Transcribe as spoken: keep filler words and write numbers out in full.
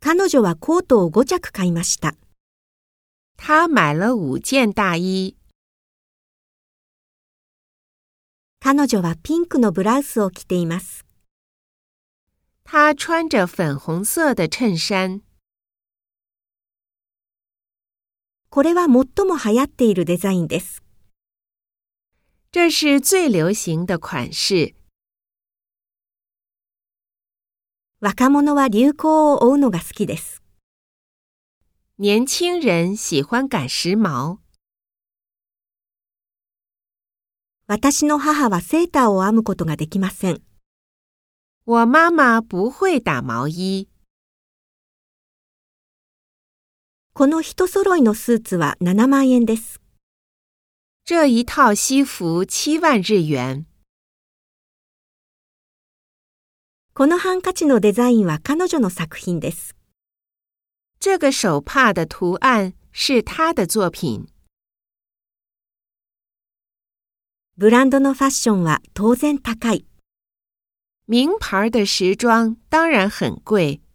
彼女はコートをご着買いました。 她买了五件大衣。 彼女はピンクのブラウスを着ています。 她穿着粉红色的衬衫。 これは最も流行っているデザインです。 这是最流行的款式。 若者は流行を追うのが好きです。 年轻人喜欢赶时髦。 私の母はセーターを編むことができません。 我妈妈不会打毛衣。 この一揃いのスーツはななまんえんです。 这一套西服七万日元。 このハンカチのデザインは彼女の作品です。 这个手帕的图案是她的作品。 ブランドのファッションは当然高い。 名牌的时装当然很贵。